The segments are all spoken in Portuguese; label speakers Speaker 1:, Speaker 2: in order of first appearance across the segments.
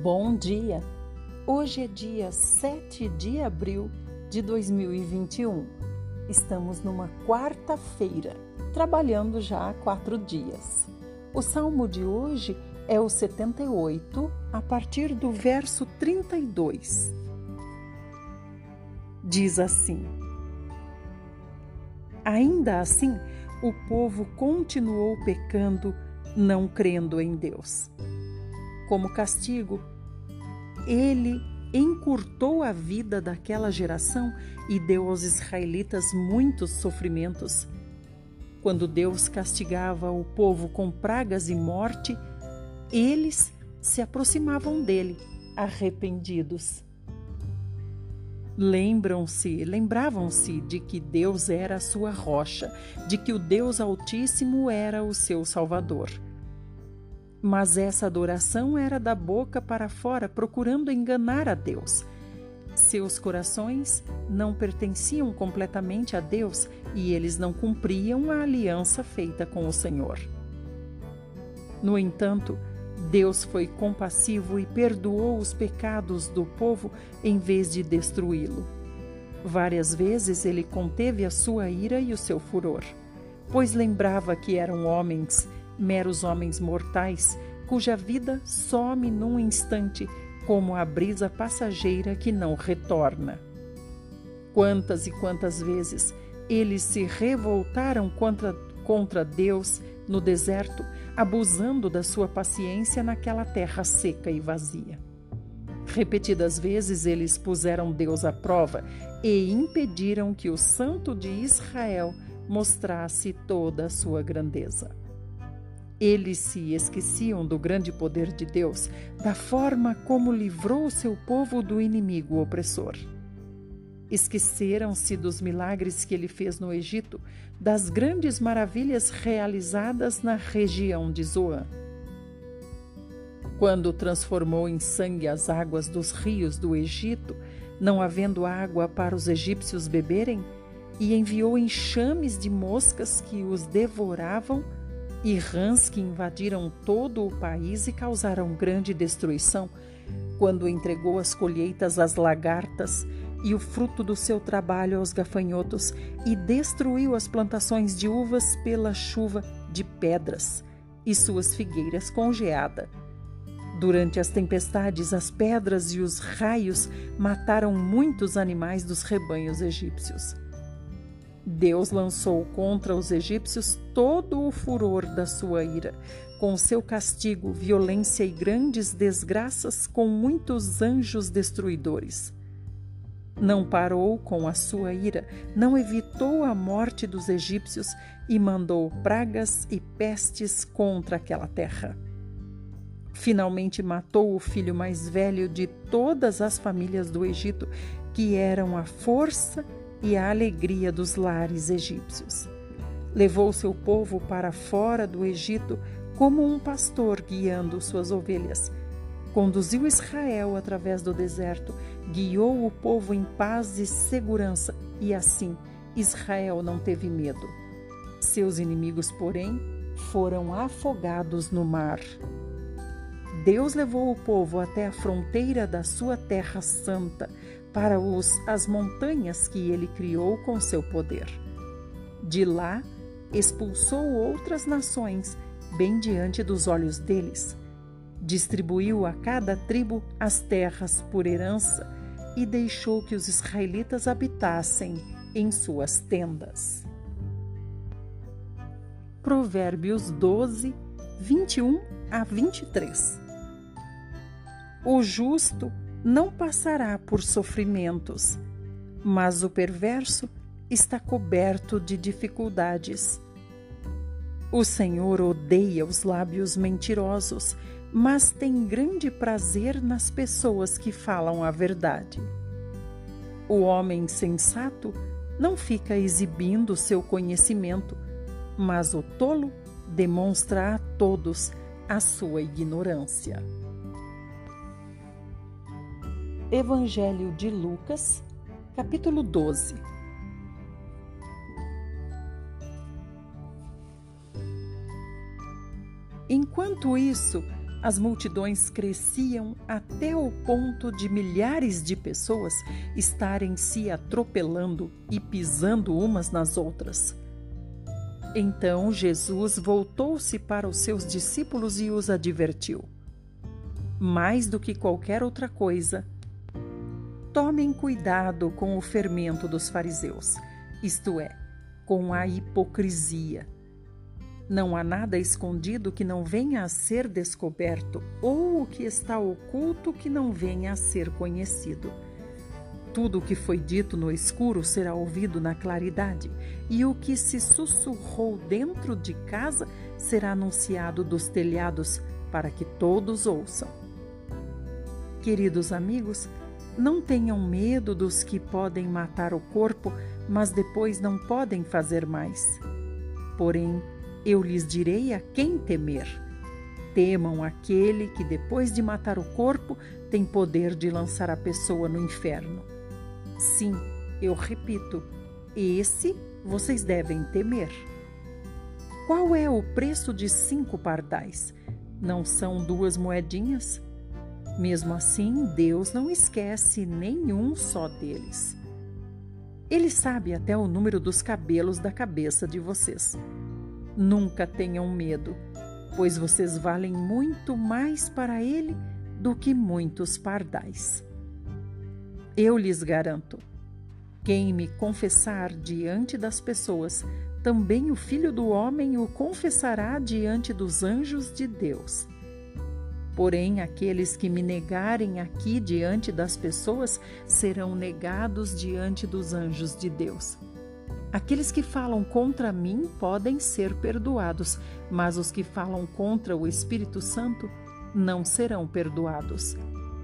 Speaker 1: Bom dia! Hoje é dia 7 de abril de 2021. Estamos numa quarta-feira, trabalhando já há 4 dias. O salmo de hoje é o 78, a partir do verso 32. Diz assim: Ainda assim, o povo continuou pecando, não crendo em Deus. Como castigo, ele encurtou a vida daquela geração e deu aos israelitas muitos sofrimentos. Quando Deus castigava o povo com pragas e morte, eles se aproximavam dele, arrependidos. Lembravam-se de que Deus era a sua rocha, de que o Deus Altíssimo era o seu Salvador. Mas essa adoração era da boca para fora, procurando enganar a Deus. Seus corações não pertenciam completamente a Deus e eles não cumpriam a aliança feita com o Senhor. No entanto, Deus foi compassivo e perdoou os pecados do povo em vez de destruí-lo. Várias vezes ele conteve a sua ira e o seu furor, pois lembrava que eram homens, meros homens mortais, cuja vida some num instante, como a brisa passageira que não retorna. Quantas e quantas vezes eles se revoltaram contra Deus no deserto, abusando da sua paciência naquela terra seca e vazia. Repetidas vezes eles puseram Deus à prova e impediram que o Santo de Israel mostrasse toda a sua grandeza. Eles se esqueciam do grande poder de Deus, da forma como livrou o seu povo do inimigo opressor. Esqueceram-se dos milagres que ele fez no Egito, das grandes maravilhas realizadas na região de Zoan. Quando transformou em sangue as águas dos rios do Egito, não havendo água para os egípcios beberem, e enviou enxames de moscas que os devoravam, e rãs que invadiram todo o país e causaram grande destruição, quando entregou as colheitas às lagartas e o fruto do seu trabalho aos gafanhotos, e destruiu as plantações de uvas pela chuva de pedras, e suas figueiras com geada. Durante as tempestades, as pedras e os raios mataram muitos animais dos rebanhos egípcios. Deus lançou contra os egípcios todo o furor da sua ira, com seu castigo, violência e grandes desgraças, com muitos anjos destruidores. Não parou com a sua ira, não evitou a morte dos egípcios e mandou pragas e pestes contra aquela terra. Finalmente matou o filho mais velho de todas as famílias do Egito, que eram a força e a alegria dos lares egípcios. Levou seu povo para fora do Egito como um pastor guiando suas ovelhas. Conduziu Israel através do deserto, guiou o povo em paz e segurança, e assim Israel não teve medo. Seus inimigos, porém, foram afogados no mar. Deus levou o povo até a fronteira da sua terra santa, para as montanhas que ele criou com seu poder. De lá, expulsou outras nações, bem diante dos olhos deles. Distribuiu a cada tribo as terras por herança e deixou que os israelitas habitassem em suas tendas. Provérbios 12, 21 a 23. O justo não passará por sofrimentos, mas o perverso está coberto de dificuldades. O Senhor odeia os lábios mentirosos, mas tem grande prazer nas pessoas que falam a verdade. O homem sensato não fica exibindo seu conhecimento, mas o tolo demonstra a todos a sua ignorância. Evangelho de Lucas, capítulo 12. Enquanto isso, As multidões cresciam até o ponto de milhares de pessoas estarem se atropelando e pisando umas nas outras. Então Jesus voltou-se para os seus discípulos e os advertiu: mais do que qualquer outra coisa, tomem cuidado com o fermento dos fariseus, isto é, com a hipocrisia. Não há nada escondido que não venha a ser descoberto, ou o que está oculto que não venha a ser conhecido. Tudo o que foi dito no escuro será ouvido na claridade, e o que se sussurrou dentro de casa será anunciado dos telhados, para que todos ouçam. Queridos amigos, não tenham medo dos que podem matar o corpo, mas depois não podem fazer mais. Porém, eu lhes direi a quem temer. Temam aquele que, depois de matar o corpo, tem poder de lançar a pessoa no inferno. Sim, eu repito, esse vocês devem temer. Qual é o preço de 5 pardais? Não são 2 moedinhas? Mesmo assim, Deus não esquece nenhum só deles. Ele sabe até o número dos cabelos da cabeça de vocês. Nunca tenham medo, pois vocês valem muito mais para Ele do que muitos pardais. Eu lhes garanto, quem me confessar diante das pessoas, também o Filho do Homem o confessará diante dos anjos de Deus. Porém, aqueles que me negarem aqui diante das pessoas serão negados diante dos anjos de Deus. Aqueles que falam contra mim podem ser perdoados, mas os que falam contra o Espírito Santo não serão perdoados.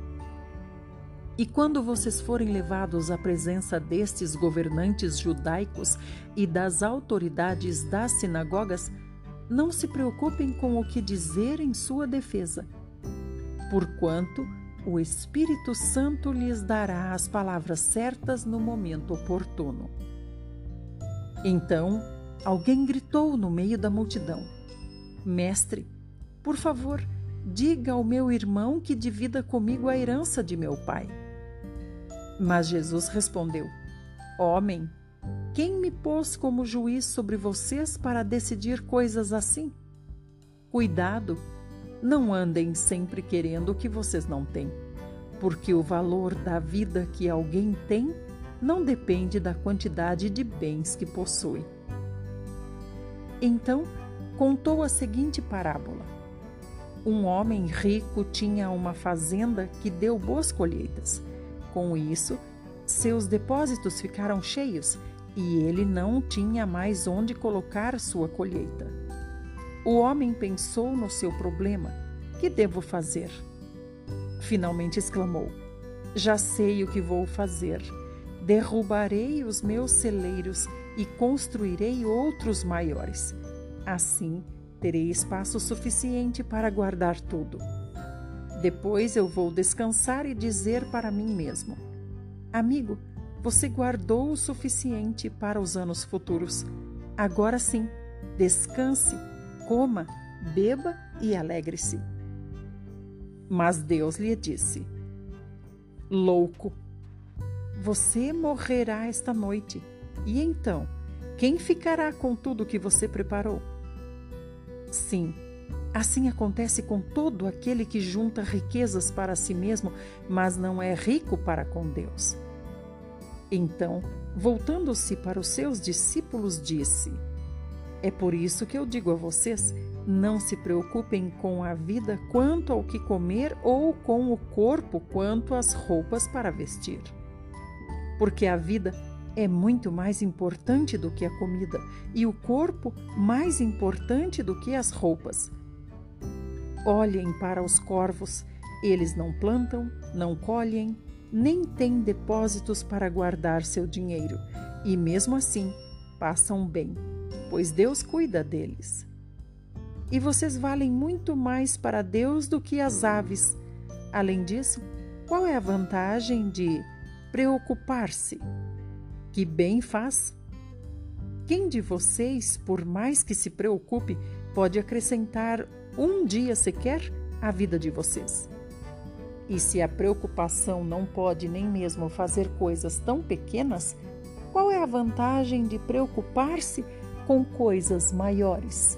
Speaker 1: E quando vocês forem levados à presença destes governantes judaicos e das autoridades das sinagogas, não se preocupem com o que dizer em sua defesa, porquanto o Espírito Santo lhes dará as palavras certas no momento oportuno. Então, alguém gritou no meio da multidão: Mestre, por favor, diga ao meu irmão que divida comigo a herança de meu pai. Mas Jesus respondeu: Homem, quem me pôs como juiz sobre vocês para decidir coisas assim? Cuidado, não andem sempre querendo o que vocês não têm, porque o valor da vida que alguém tem não depende da quantidade de bens que possui. Então, contou a seguinte parábola. Um homem rico tinha uma fazenda que deu boas colheitas. Com isso, seus depósitos ficaram cheios e ele não tinha mais onde colocar sua colheita. O homem pensou no seu problema. Que devo fazer? Finalmente exclamou: Já sei o que vou fazer. Derrubarei os meus celeiros e construirei outros maiores. Assim, terei espaço suficiente para guardar tudo. Depois eu vou descansar e dizer para mim mesmo: Amigo, você guardou o suficiente para os anos futuros. Agora sim, descanse, coma, beba e alegre-se. Mas Deus lhe disse: Louco! Você morrerá esta noite, e então, quem ficará com tudo que você preparou? Sim, assim acontece com todo aquele que junta riquezas para si mesmo, mas não é rico para com Deus. Então, voltando-se para os seus discípulos, disse: É por isso que eu digo a vocês, não se preocupem com a vida quanto ao que comer ou com o corpo quanto às roupas para vestir. Porque a vida é muito mais importante do que a comida e o corpo mais importante do que as roupas. Olhem para os corvos, eles não plantam, não colhem, nem têm depósitos para guardar seu dinheiro, e mesmo assim passam bem, pois Deus cuida deles. E vocês valem muito mais para Deus do que as aves. Além disso, qual é a vantagem de preocupar-se? Que bem faz? Quem de vocês, por mais que se preocupe, pode acrescentar um dia sequer a vida de vocês. E se a preocupação não pode nem mesmo fazer coisas tão pequenas, qual é a vantagem de preocupar-se com coisas maiores?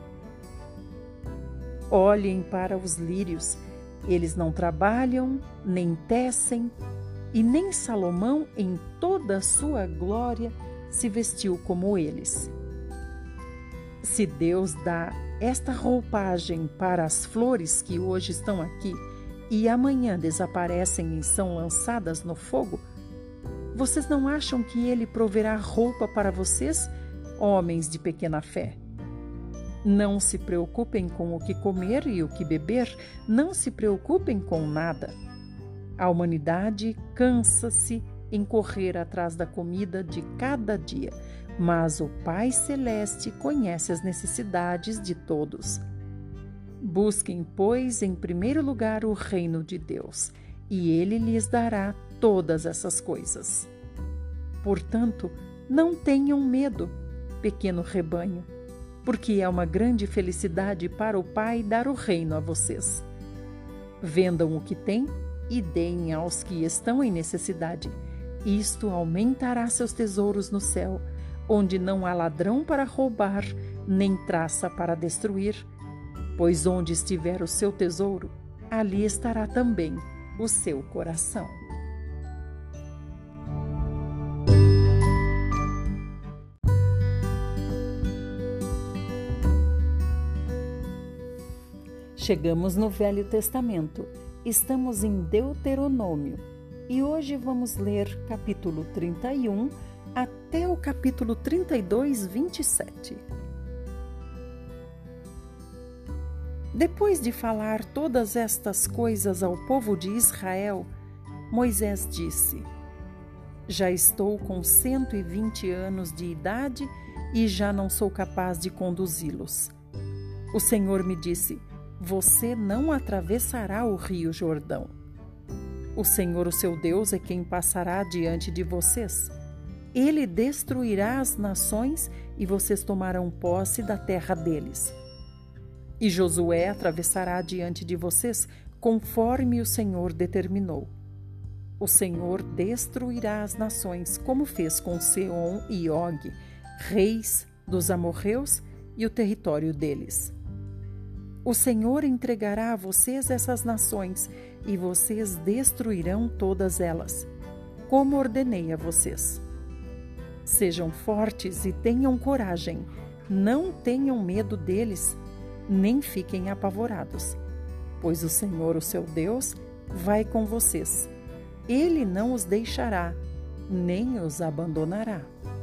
Speaker 1: Olhem para os lírios, eles não trabalham, nem tecem, e nem Salomão, em toda a sua glória, se vestiu como eles. Se Deus dá esta roupagem para as flores que hoje estão aqui e amanhã desaparecem e são lançadas no fogo, vocês não acham que Ele proverá roupa para vocês, homens de pequena fé? Não se preocupem com o que comer e o que beber, não se preocupem com nada. A humanidade cansa-se em correr atrás da comida de cada dia, mas o Pai Celeste conhece as necessidades de todos. Busquem, pois, em primeiro lugar o reino de Deus, e Ele lhes dará todas essas coisas. Portanto, não tenham medo, pequeno rebanho, porque é uma grande felicidade para o Pai dar o reino a vocês. Vendam o que têm e deem aos que estão em necessidade. Isto aumentará seus tesouros no céu, onde não há ladrão para roubar, nem traça para destruir. Pois onde estiver o seu tesouro, ali estará também o seu coração. Chegamos no Velho Testamento. Estamos em Deuteronômio e hoje vamos ler capítulo 31 até o capítulo 32, 27. Depois de falar todas estas coisas ao povo de Israel, Moisés disse: Já estou com 120 anos de idade e já não sou capaz de conduzi-los. O Senhor me disse: Você não atravessará o rio Jordão. O Senhor, o seu Deus, é quem passará diante de vocês. Ele destruirá as nações e vocês tomarão posse da terra deles. E Josué atravessará diante de vocês, conforme o Senhor determinou. O Senhor destruirá as nações, como fez com Seom e Og, reis dos amorreus, e o território deles. O Senhor entregará a vocês essas nações, e vocês destruirão todas elas, como ordenei a vocês. Sejam fortes e tenham coragem, não tenham medo deles, nem fiquem apavorados, pois o Senhor, o seu Deus, vai com vocês. Ele não os deixará, nem os abandonará.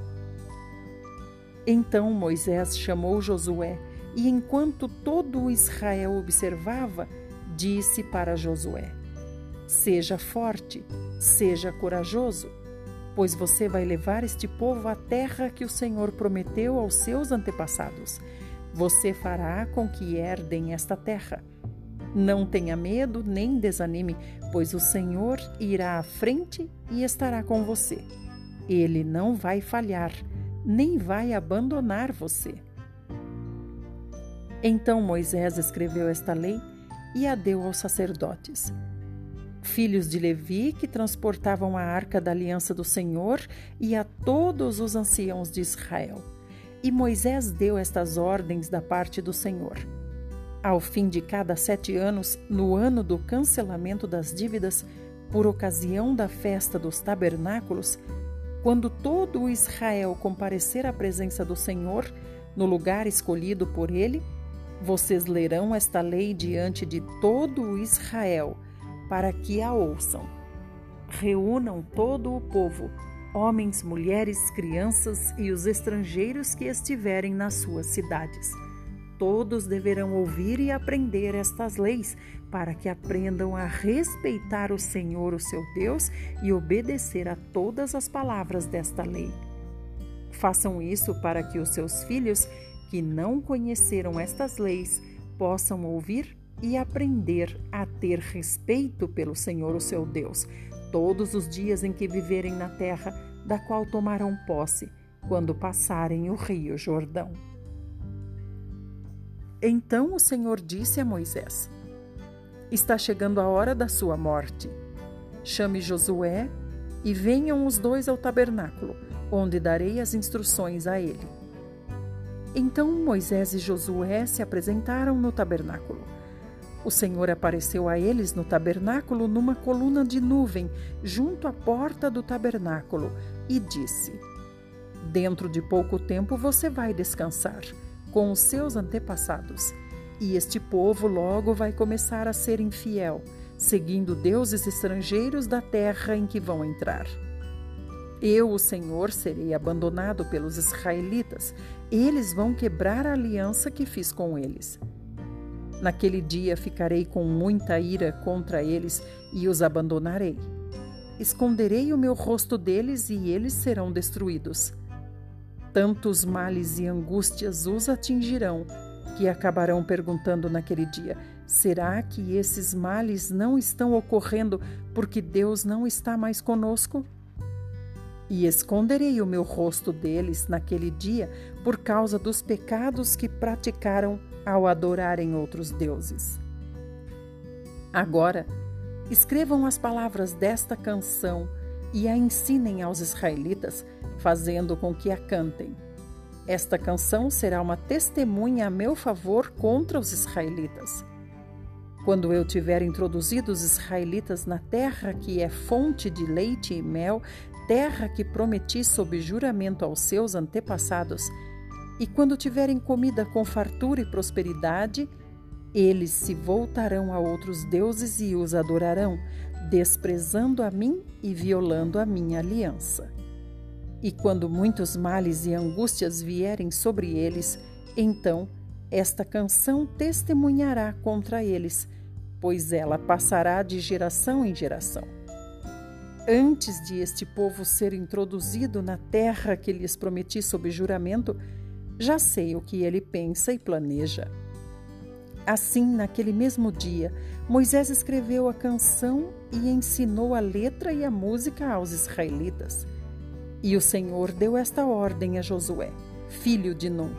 Speaker 1: Então Moisés chamou Josué, e enquanto todo Israel observava, disse para Josué: Seja forte, seja corajoso, pois você vai levar este povo à terra que o Senhor prometeu aos seus antepassados. Você fará com que herdem esta terra. Não tenha medo nem desanime, pois o Senhor irá à frente e estará com você. Ele não vai falhar, nem vai abandonar você. Então Moisés escreveu esta lei e a deu aos sacerdotes, filhos de Levi, que transportavam a arca da aliança do Senhor, e a todos os anciãos de Israel. E Moisés deu estas ordens da parte do Senhor. Ao fim de cada 7 anos, no ano do cancelamento das dívidas, por ocasião da festa dos tabernáculos, quando todo o Israel comparecer à presença do Senhor, no lugar escolhido por ele, vocês lerão esta lei diante de todo o Israel, para que a ouçam. Reúnam todo o povo, homens, mulheres, crianças e os estrangeiros que estiverem nas suas cidades. Todos deverão ouvir e aprender estas leis, para que aprendam a respeitar o Senhor, o seu Deus, e obedecer a todas as palavras desta lei. Façam isso para que os seus filhos, que não conheceram estas leis, possam ouvir e aprender a ter respeito pelo Senhor, o seu Deus, todos os dias em que viverem na terra da qual tomarão posse, quando passarem o rio Jordão. Então o Senhor disse a Moisés: Está chegando a hora da sua morte. Chame Josué e venham os dois ao tabernáculo, onde darei as instruções a ele. Então Moisés e Josué se apresentaram no tabernáculo. O Senhor apareceu a eles no tabernáculo numa coluna de nuvem, junto à porta do tabernáculo, e disse: Dentro de pouco tempo você vai descansar com os seus antepassados, e este povo logo vai começar a ser infiel, seguindo deuses estrangeiros da terra em que vão entrar. Eu, o Senhor, serei abandonado pelos israelitas. Eles vão quebrar a aliança que fiz com eles. Naquele dia ficarei com muita ira contra eles e os abandonarei. Esconderei o meu rosto deles e eles serão destruídos. Tantos males e angústias os atingirão, que acabarão perguntando naquele dia: será que esses males não estão ocorrendo porque Deus não está mais conosco? E esconderei o meu rosto deles naquele dia por causa dos pecados que praticaram ao adorarem outros deuses. Agora, escrevam as palavras desta canção e a ensinem aos israelitas, fazendo com que a cantem. Esta canção será uma testemunha a meu favor contra os israelitas. Quando eu tiver introduzido os israelitas na terra que é fonte de leite e mel, terra que prometi sob juramento aos seus antepassados, e quando tiverem comida com fartura e prosperidade, eles se voltarão a outros deuses e os adorarão, desprezando a mim e violando a minha aliança. E quando muitos males e angústias vierem sobre eles, então esta canção testemunhará contra eles, pois ela passará de geração em geração. Antes de este povo ser introduzido na terra que lhes prometi sob juramento, já sei o que ele pensa e planeja. Assim, naquele mesmo dia, Moisés escreveu a canção e ensinou a letra e a música aos israelitas. E o Senhor deu esta ordem a Josué, filho de Num: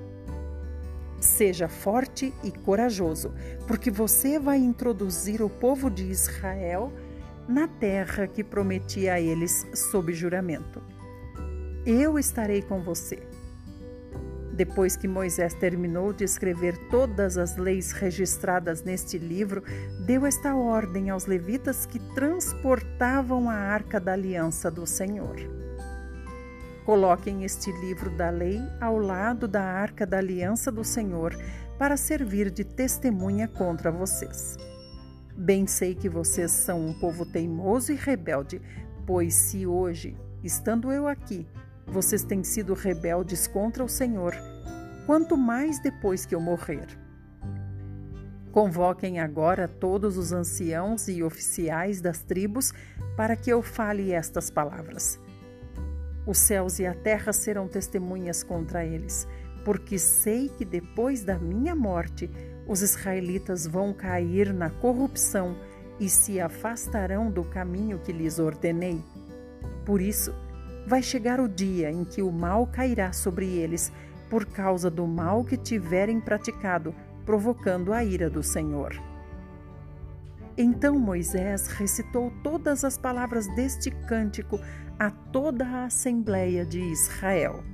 Speaker 1: Seja forte e corajoso, porque você vai introduzir o povo de Israel na terra que prometi a eles sob juramento. Eu estarei com você. Depois que Moisés terminou de escrever todas as leis registradas neste livro, deu esta ordem aos levitas que transportavam a arca da aliança do Senhor: Coloquem este livro da lei ao lado da arca da aliança do Senhor para servir de testemunha contra vocês. Bem sei que vocês são um povo teimoso e rebelde, pois se hoje, estando eu aqui, vocês têm sido rebeldes contra o Senhor, quanto mais depois que eu morrer. Convoquem agora todos os anciãos e oficiais das tribos para que eu fale estas palavras. Os céus e a terra serão testemunhas contra eles, porque sei que depois da minha morte os israelitas vão cair na corrupção e se afastarão do caminho que lhes ordenei. Por isso, vai chegar o dia em que o mal cairá sobre eles, por causa do mal que tiverem praticado, provocando a ira do Senhor. Então Moisés recitou todas as palavras deste cântico a toda a Assembleia de Israel.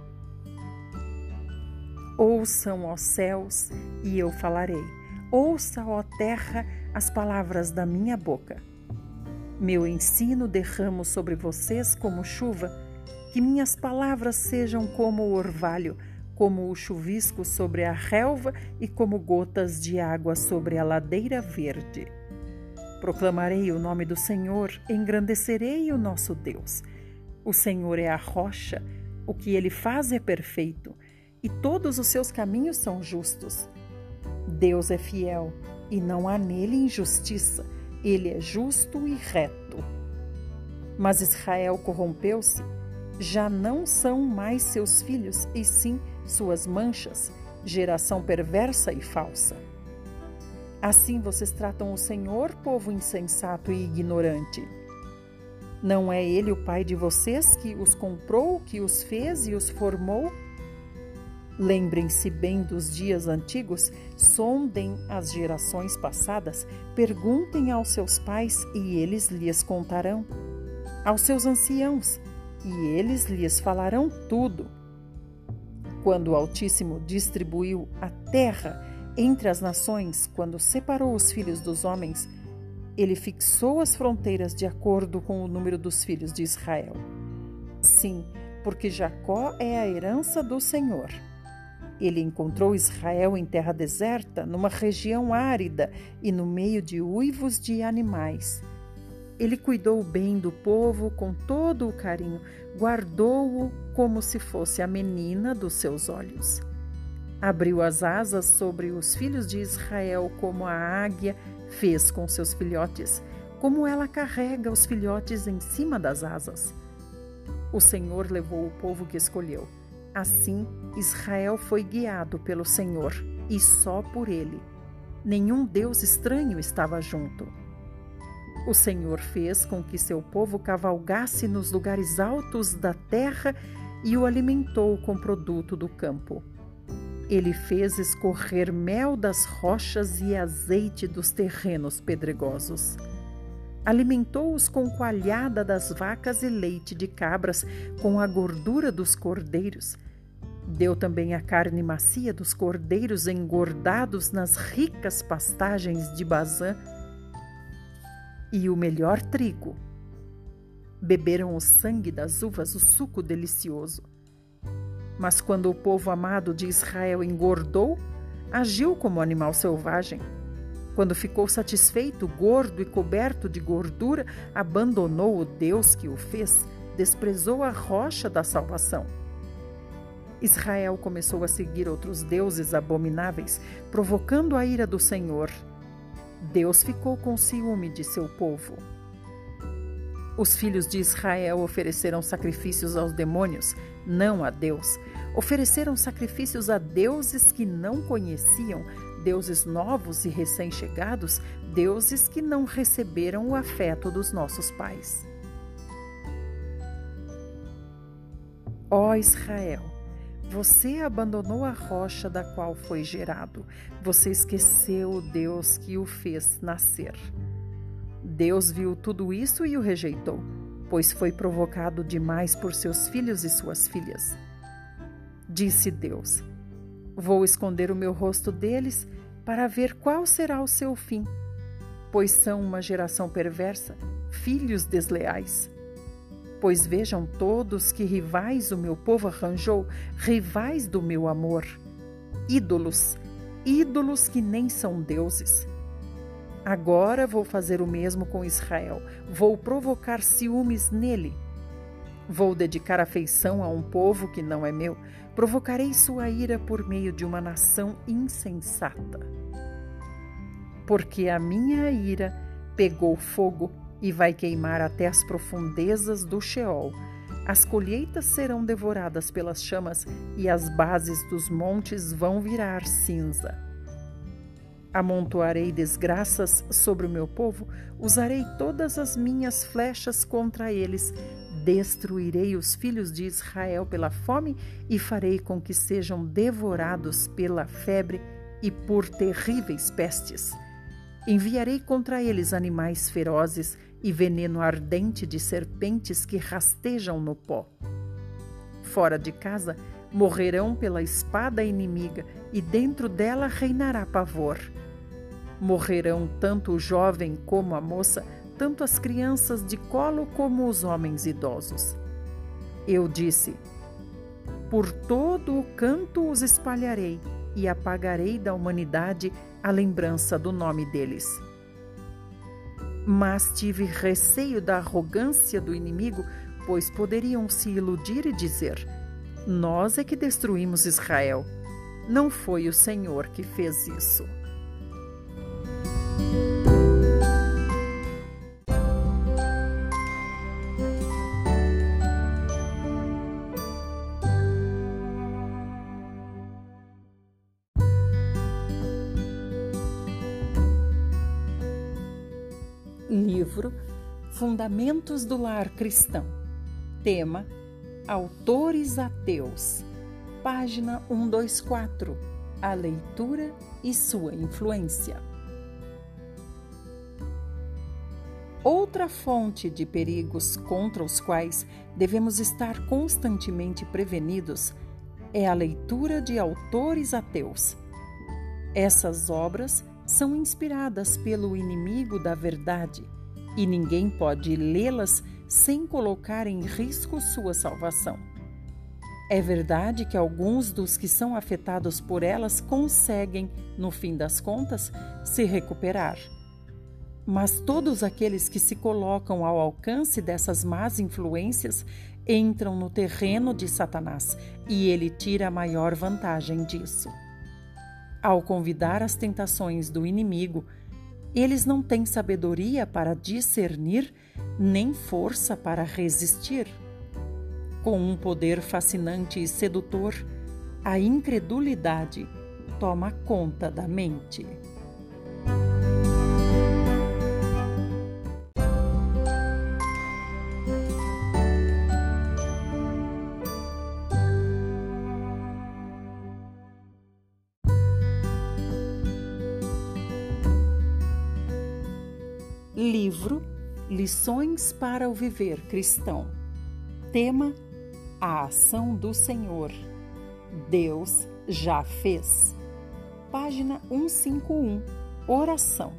Speaker 1: Ouçam, ó céus, e eu falarei. Ouça, ó terra, as palavras da minha boca. Meu ensino derramo sobre vocês como chuva, que minhas palavras sejam como o orvalho, como o chuvisco sobre a relva e como gotas de água sobre a ladeira verde. Proclamarei o nome do Senhor, engrandecerei o nosso Deus. O Senhor é a rocha, o que ele faz é perfeito, e todos os seus caminhos são justos. Deus é fiel, e não há nele injustiça. Ele é justo e reto. Mas Israel corrompeu-se. Já não são mais seus filhos, e sim suas manchas, geração perversa e falsa. Assim vocês tratam o Senhor, povo insensato e ignorante. Não é Ele o Pai de vocês que os comprou, que os fez e os formou? Lembrem-se bem dos dias antigos, sondem as gerações passadas, perguntem aos seus pais e eles lhes contarão, aos seus anciãos e eles lhes falarão tudo. Quando o Altíssimo distribuiu a terra entre as nações, quando separou os filhos dos homens, ele fixou as fronteiras de acordo com o número dos filhos de Israel. Sim, porque Jacó é a herança do Senhor. Ele encontrou Israel em terra deserta, numa região árida e no meio de uivos de animais. Ele cuidou bem do povo com todo o carinho, guardou-o como se fosse a menina dos seus olhos. Abriu as asas sobre os filhos de Israel como a águia fez com seus filhotes, como ela carrega os filhotes em cima das asas. O Senhor levou o povo que escolheu. Assim, Israel foi guiado pelo Senhor, e só por ele. Nenhum Deus estranho estava junto. O Senhor fez com que seu povo cavalgasse nos lugares altos da terra e o alimentou com produto do campo. Ele fez escorrer mel das rochas e azeite dos terrenos pedregosos. Alimentou-os com coalhada das vacas e leite de cabras, com a gordura dos cordeiros. Deu também a carne macia dos cordeiros engordados nas ricas pastagens de Bazã e o melhor trigo. Beberam o sangue das uvas, o suco delicioso. Mas quando o povo amado de Israel engordou, agiu como animal selvagem. Quando ficou satisfeito, gordo e coberto de gordura, abandonou o Deus que o fez, desprezou a rocha da salvação. Israel começou a seguir outros deuses abomináveis, provocando a ira do Senhor. Deus ficou com ciúme de seu povo. Os filhos de Israel ofereceram sacrifícios aos demônios, não a Deus. Ofereceram sacrifícios a deuses que não conheciam, deuses novos e recém-chegados, deuses que não receberam o afeto dos nossos pais. Ó Israel, você abandonou a rocha da qual foi gerado. Você esqueceu o Deus que o fez nascer. Deus viu tudo isso e o rejeitou, pois foi provocado demais por seus filhos e suas filhas. Disse Deus: vou esconder o meu rosto deles para ver qual será o seu fim, pois são uma geração perversa, filhos desleais. Pois vejam todos que rivais o meu povo arranjou, rivais do meu amor. Ídolos, ídolos que nem são deuses. Agora vou fazer o mesmo com Israel, vou provocar ciúmes nele. Vou dedicar afeição a um povo que não é meu, provocarei sua ira por meio de uma nação insensata. Porque a minha ira pegou fogo e vai queimar até as profundezas do Sheol. As colheitas serão devoradas pelas chamas e as bases dos montes vão virar cinza. Amontoarei desgraças sobre o meu povo, usarei todas as minhas flechas contra eles, destruirei os filhos de Israel pela fome e farei com que sejam devorados pela febre e por terríveis pestes. Enviarei contra eles animais ferozes e veneno ardente de serpentes que rastejam no pó. Fora de casa morrerão pela espada inimiga e dentro dela reinará pavor. Morrerão tanto o jovem como a moça, tanto as crianças de colo como os homens idosos. Eu disse: por todo o canto os espalharei e apagarei da humanidade a lembrança do nome deles. Mas tive receio da arrogância do inimigo, pois poderiam se iludir e dizer: nós é que destruímos Israel. Não foi o Senhor que fez isso. Livro Fundamentos do Lar Cristão. Tema: Autores ateus. Página 124. A leitura e sua influência. Outra fonte de perigos contra os quais devemos estar constantemente prevenidos é a leitura de autores ateus. Essas obras são inspiradas pelo inimigo da verdade e ninguém pode lê-las sem colocar em risco sua salvação. É verdade que alguns dos que são afetados por elas conseguem, no fim das contas, se recuperar. Mas todos aqueles que se colocam ao alcance dessas más influências entram no terreno de Satanás e ele tira a maior vantagem disso. Ao convidar as tentações do inimigo, eles não têm sabedoria para discernir nem força para resistir. Com um poder fascinante e sedutor, a incredulidade toma conta da mente. Livro Lições para o Viver Cristão. Tema: a ação do Senhor. Deus já fez. Página 151. Oração.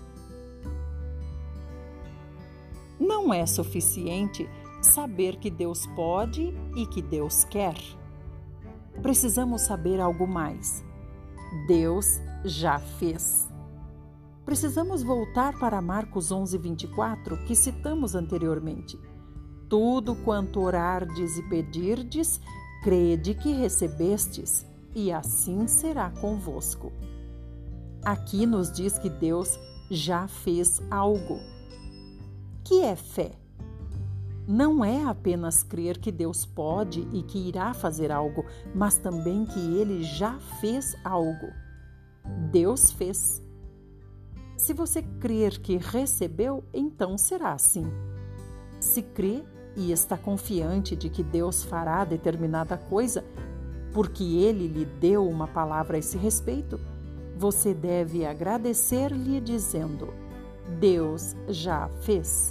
Speaker 1: Não é suficiente saber que Deus pode e que Deus quer. Precisamos saber algo mais. Deus já fez. Precisamos voltar para Marcos 11:24, que citamos anteriormente. Tudo quanto orardes e pedirdes, crede que recebestes, e assim será convosco. Aqui nos diz que Deus já fez algo. Que é fé? Não é apenas crer que Deus pode e que irá fazer algo, mas também que Ele já fez algo. Deus fez. Se você crer que recebeu, então será assim. Se crê e está confiante de que Deus fará determinada coisa, porque Ele lhe deu uma palavra a esse respeito, você deve agradecer-lhe dizendo: Deus já fez.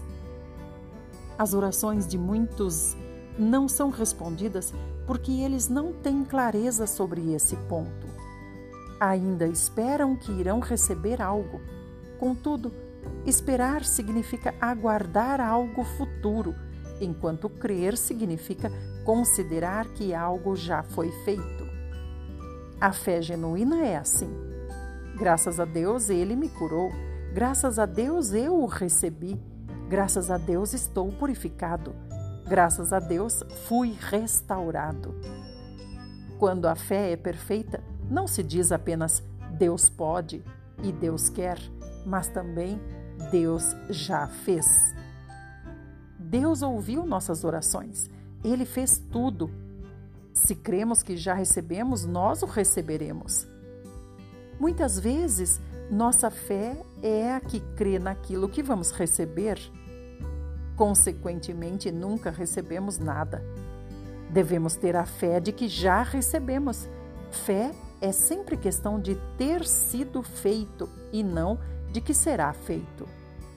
Speaker 1: As orações de muitos não são respondidas porque eles não têm clareza sobre esse ponto. Ainda esperam que irão receber algo. Contudo, esperar significa aguardar algo futuro, enquanto crer significa considerar que algo já foi feito. A fé genuína é assim. Graças a Deus Ele me curou. Graças a Deus eu o recebi. Graças a Deus estou purificado. Graças a Deus fui restaurado. Quando a fé é perfeita, não se diz apenas Deus pode e Deus quer, mas também Deus já fez. Deus ouviu nossas orações. Ele fez tudo. Se cremos que já recebemos, nós o receberemos. Muitas vezes, nossa fé é a que crê naquilo que vamos receber. Consequentemente, nunca recebemos nada. Devemos ter a fé de que já recebemos. Fé é sempre questão de ter sido feito e não de que será feito.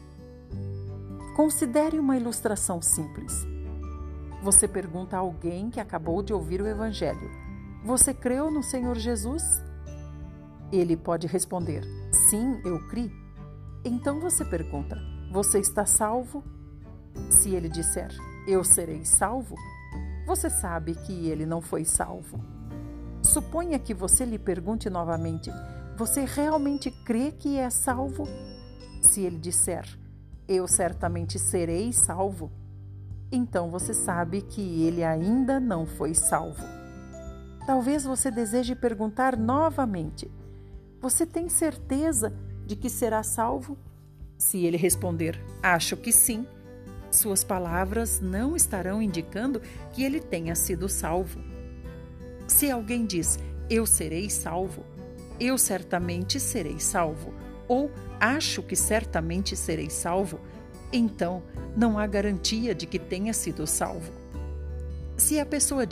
Speaker 1: Considere uma ilustração simples. Você pergunta a alguém que acabou de ouvir o Evangelho: você creu no Senhor Jesus? Ele pode responder: sim, eu criei. Então você pergunta: você está salvo? Se ele disser: eu serei salvo, você sabe que ele não foi salvo. Suponha que você lhe pergunte novamente: você realmente crê que é salvo? Se ele disser: eu certamente serei salvo, então você sabe que ele ainda não foi salvo. Talvez você deseje perguntar novamente: você tem certeza de que será salvo? Se ele responder: acho que sim, suas palavras não estarão indicando que ele tenha sido salvo. Se alguém diz: eu serei salvo, eu certamente serei salvo, ou acho que certamente serei salvo, então não há garantia de que tenha sido salvo. Se a pessoa diz: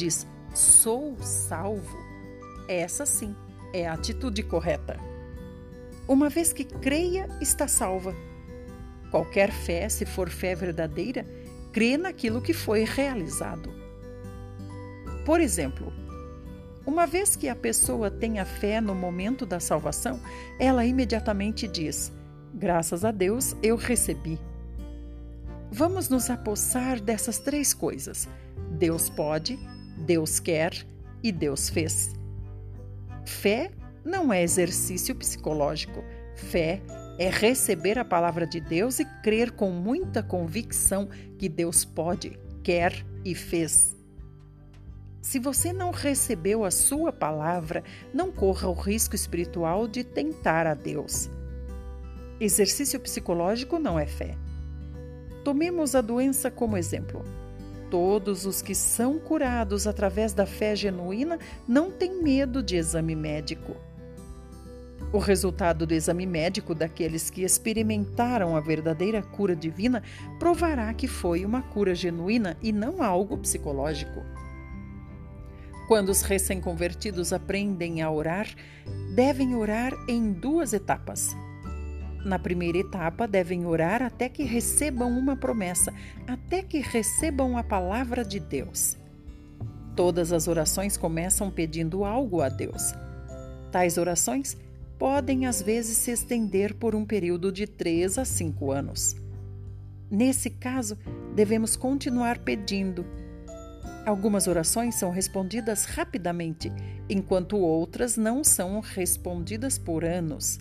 Speaker 1: Sou salvo. Essa sim é a atitude correta. Uma vez que creia, está salva. Qualquer fé, se for fé verdadeira, crê naquilo que foi realizado. Por exemplo, uma vez que a pessoa tem a fé no momento da salvação, ela imediatamente diz: graças a Deus eu recebi. Vamos nos apossar dessas três coisas: Deus pode, Deus quer e Deus fez. Fé não é exercício psicológico. Fé é receber a palavra de Deus e crer com muita convicção que Deus pode, quer e fez. Se você não recebeu a sua palavra, não corra o risco espiritual de tentar a Deus. Exercício psicológico não é fé. Tomemos a doença como exemplo. Todos os que são curados através da fé genuína não têm medo de exame médico. O resultado do exame médico daqueles que experimentaram a verdadeira cura divina provará que foi uma cura genuína e não algo psicológico. Quando os recém-convertidos aprendem a orar, devem orar em duas etapas. Na primeira etapa, devem orar até que recebam uma promessa, até que recebam a palavra de Deus. Todas as orações começam pedindo algo a Deus. Tais orações podem, às vezes, se estender por um período de 3 a 5 anos. Nesse caso, devemos continuar pedindo. Algumas orações são respondidas rapidamente, enquanto outras não são respondidas por anos.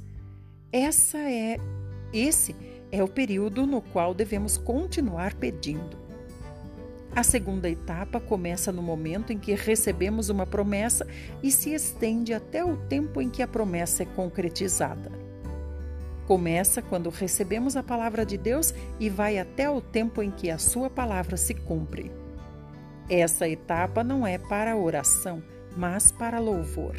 Speaker 1: Esse é o período no qual devemos continuar pedindo. A segunda etapa começa no momento em que recebemos uma promessa e se estende até o tempo em que a promessa é concretizada. Começa quando recebemos a palavra de Deus e vai até o tempo em que a sua palavra se cumpre. Essa etapa não é para oração, mas para louvor.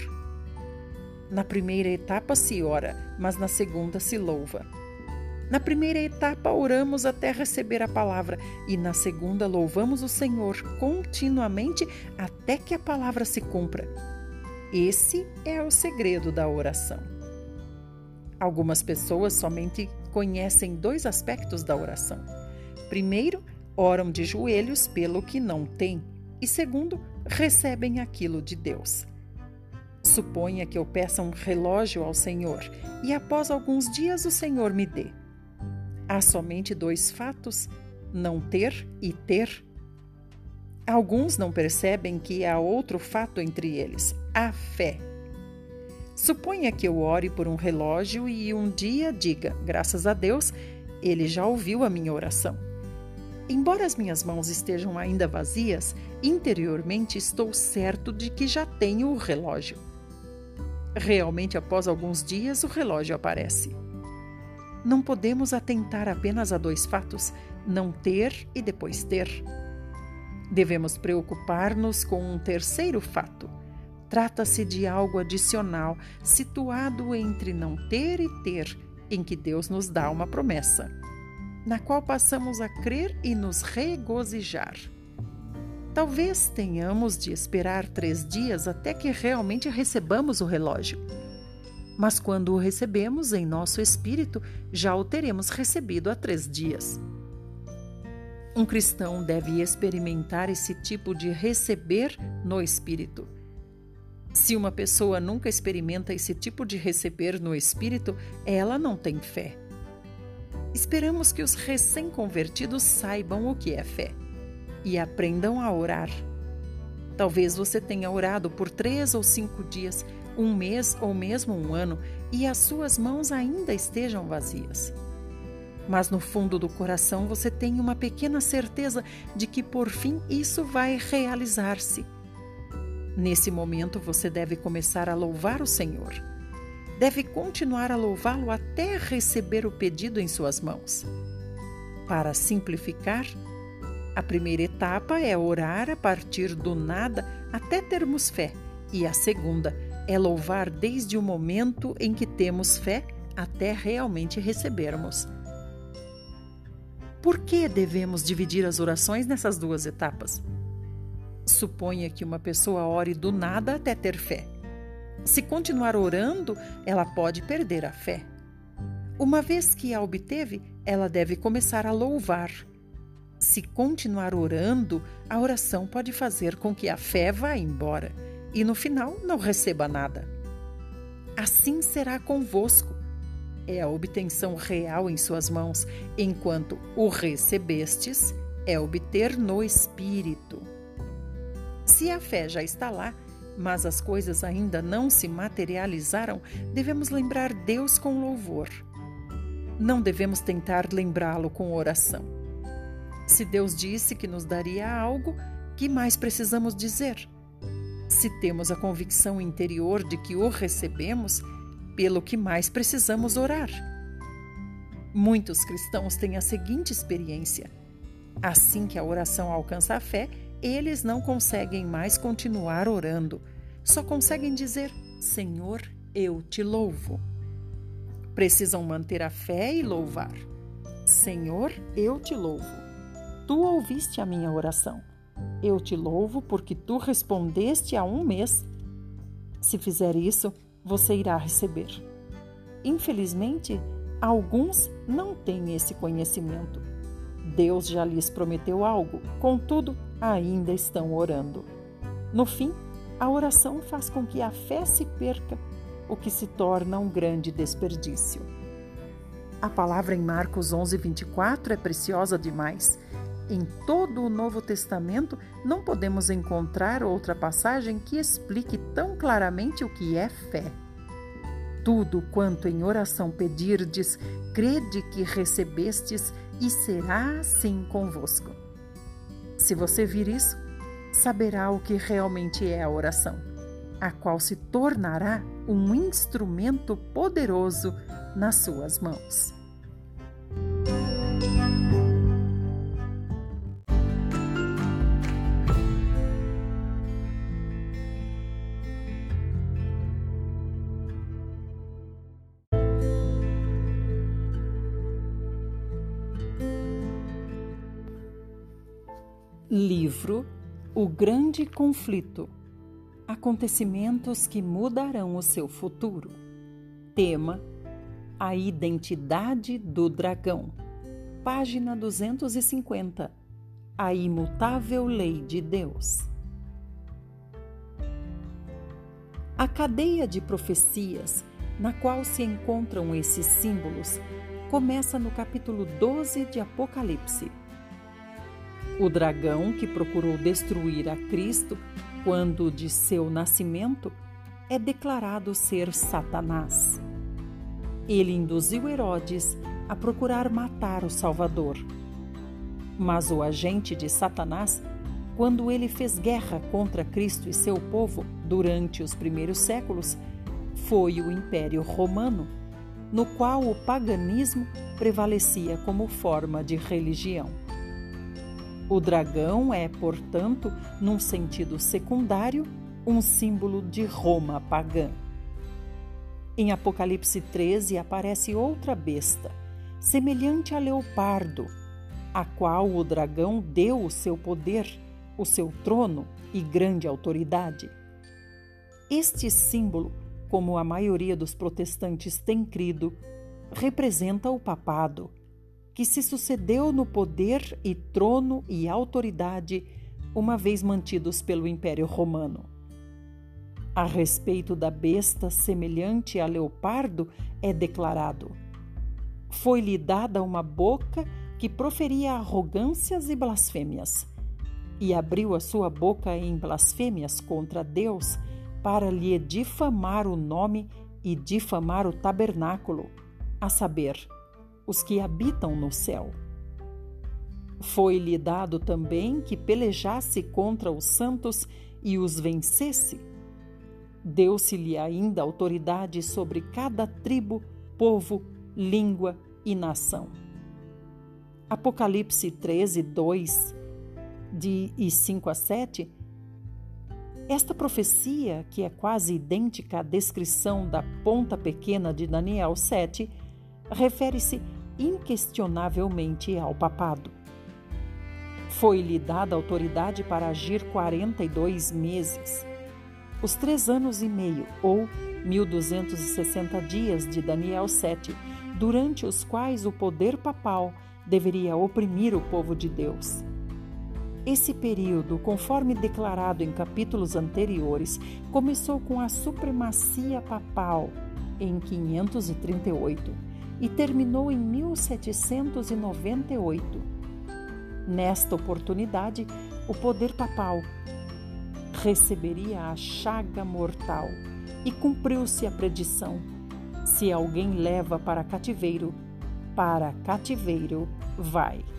Speaker 1: Na primeira etapa se ora, mas na segunda se louva. Na primeira etapa oramos até receber a palavra e na segunda louvamos o Senhor continuamente até que a palavra se cumpra. Esse é o segredo da oração. Algumas pessoas somente conhecem 2 aspectos da oração. Primeiro, oram de joelhos pelo que não têm e segundo, recebem aquilo de Deus. Suponha que eu peça um relógio ao Senhor e após alguns dias o Senhor me dê. Há somente 2 fatos, não ter e ter. Alguns não percebem que há outro fato entre eles, a fé. Suponha que eu ore por um relógio e um dia diga, graças a Deus, ele já ouviu a minha oração. Embora as minhas mãos estejam ainda vazias, interiormente estou certo de que já tenho o relógio. Realmente, após alguns dias, o relógio aparece. Não podemos atentar apenas a 2 fatos, não ter e depois ter. Devemos preocupar-nos com um terceiro fato. Trata-se de algo adicional, situado entre não ter e ter, em que Deus nos dá uma promessa, na qual passamos a crer e nos regozijar. Talvez tenhamos de esperar 3 dias até que realmente recebamos o relógio. Mas quando o recebemos em nosso espírito, já o teremos recebido há 3 dias. Um cristão deve experimentar esse tipo de receber no espírito. Se uma pessoa nunca experimenta esse tipo de receber no espírito, ela não tem fé. Esperamos que os recém-convertidos saibam o que é fé e aprendam a orar. Talvez você tenha orado por 3 ou 5 dias, 1 mês ou mesmo 1 ano e as suas mãos ainda estejam vazias. Mas no fundo do coração você tem uma pequena certeza de que por fim isso vai realizar-se. Nesse momento você deve começar a louvar o Senhor. Deve continuar a louvá-lo até receber o pedido em suas mãos. Para simplificar, a primeira etapa é orar a partir do nada até termos fé, e a segunda é louvar desde o momento em que temos fé até realmente recebermos. Por que devemos dividir as orações nessas 2 etapas? Suponha que uma pessoa ore do nada até ter fé. Se continuar orando, ela pode perder a fé. Uma vez que a obteve, ela deve começar a louvar. Se continuar orando, a oração pode fazer com que a fé vá embora e no final não receba nada. Assim será convosco. É a obtenção real em suas mãos, enquanto o recebestes é obter no Espírito. Se a fé já está lá, mas as coisas ainda não se materializaram, devemos lembrar Deus com louvor. Não devemos tentar lembrá-lo com oração. Se Deus disse que nos daria algo, que mais precisamos dizer? Se temos a convicção interior de que o recebemos, pelo que mais precisamos orar. Muitos cristãos têm a seguinte experiência: assim que a oração alcança a fé, eles não conseguem mais continuar orando, só conseguem dizer: Senhor, eu te louvo. Precisam manter a fé e louvar. Senhor, eu te louvo. Tu ouviste a minha oração. Eu te louvo porque tu respondeste há um mês. Se fizer isso, você irá receber. Infelizmente, alguns não têm esse conhecimento. Deus já lhes prometeu algo, contudo, ainda estão orando. No fim, a oração faz com que a fé se perca, o que se torna um grande desperdício. A palavra em Marcos 11:24 é preciosa demais. Em todo o Novo Testamento, não podemos encontrar outra passagem que explique tão claramente o que é fé. Tudo quanto em oração pedirdes, crede que recebestes e será assim convosco. Se você vir isso, saberá o que realmente é a oração, a qual se tornará um instrumento poderoso nas suas mãos. Livro O Grande Conflito. Acontecimentos que mudarão o seu futuro. Tema: A Identidade do Dragão. Página 250. A Imutável Lei de Deus. A cadeia de profecias, na qual se encontram esses símbolos, começa no capítulo 12 de Apocalipse. O dragão que procurou destruir a Cristo quando de seu nascimento é declarado ser Satanás. Ele induziu Herodes a procurar matar o Salvador. Mas o agente de Satanás, quando ele fez guerra contra Cristo e seu povo durante os primeiros séculos, foi o Império Romano, no qual o paganismo prevalecia como forma de religião. O dragão é, portanto, num sentido secundário, um símbolo de Roma pagã. Em Apocalipse 13 aparece outra besta, semelhante a leopardo, a qual o dragão deu o seu poder, o seu trono e grande autoridade. Este símbolo, como a maioria dos protestantes tem crido, representa o papado, que se sucedeu no poder e trono e autoridade, uma vez mantidos pelo Império Romano. A respeito da besta semelhante a leopardo, é declarado: foi-lhe dada uma boca que proferia arrogâncias e blasfêmias, e abriu a sua boca em blasfêmias contra Deus, para lhe difamar o nome e difamar o tabernáculo, a saber, os que habitam no céu. Foi-lhe dado também que pelejasse contra os santos e os vencesse. Deu-se-lhe ainda autoridade sobre cada tribo, povo, língua e nação. Apocalipse 13, 2 e 5-7. Esta profecia, que é quase idêntica à descrição da ponta pequena de Daniel 7, refere-se inquestionavelmente ao papado. Foi-lhe dada autoridade para agir 42 meses. Os 3 anos e meio, ou 1260 dias de Daniel 7, durante os quais o poder papal deveria oprimir o povo de Deus. Esse período, conforme declarado em capítulos anteriores, começou com a supremacia papal em 538 e terminou em 1798. Nesta oportunidade, o poder papal receberia a chaga mortal e cumpriu-se a predição: se alguém leva para cativeiro vai.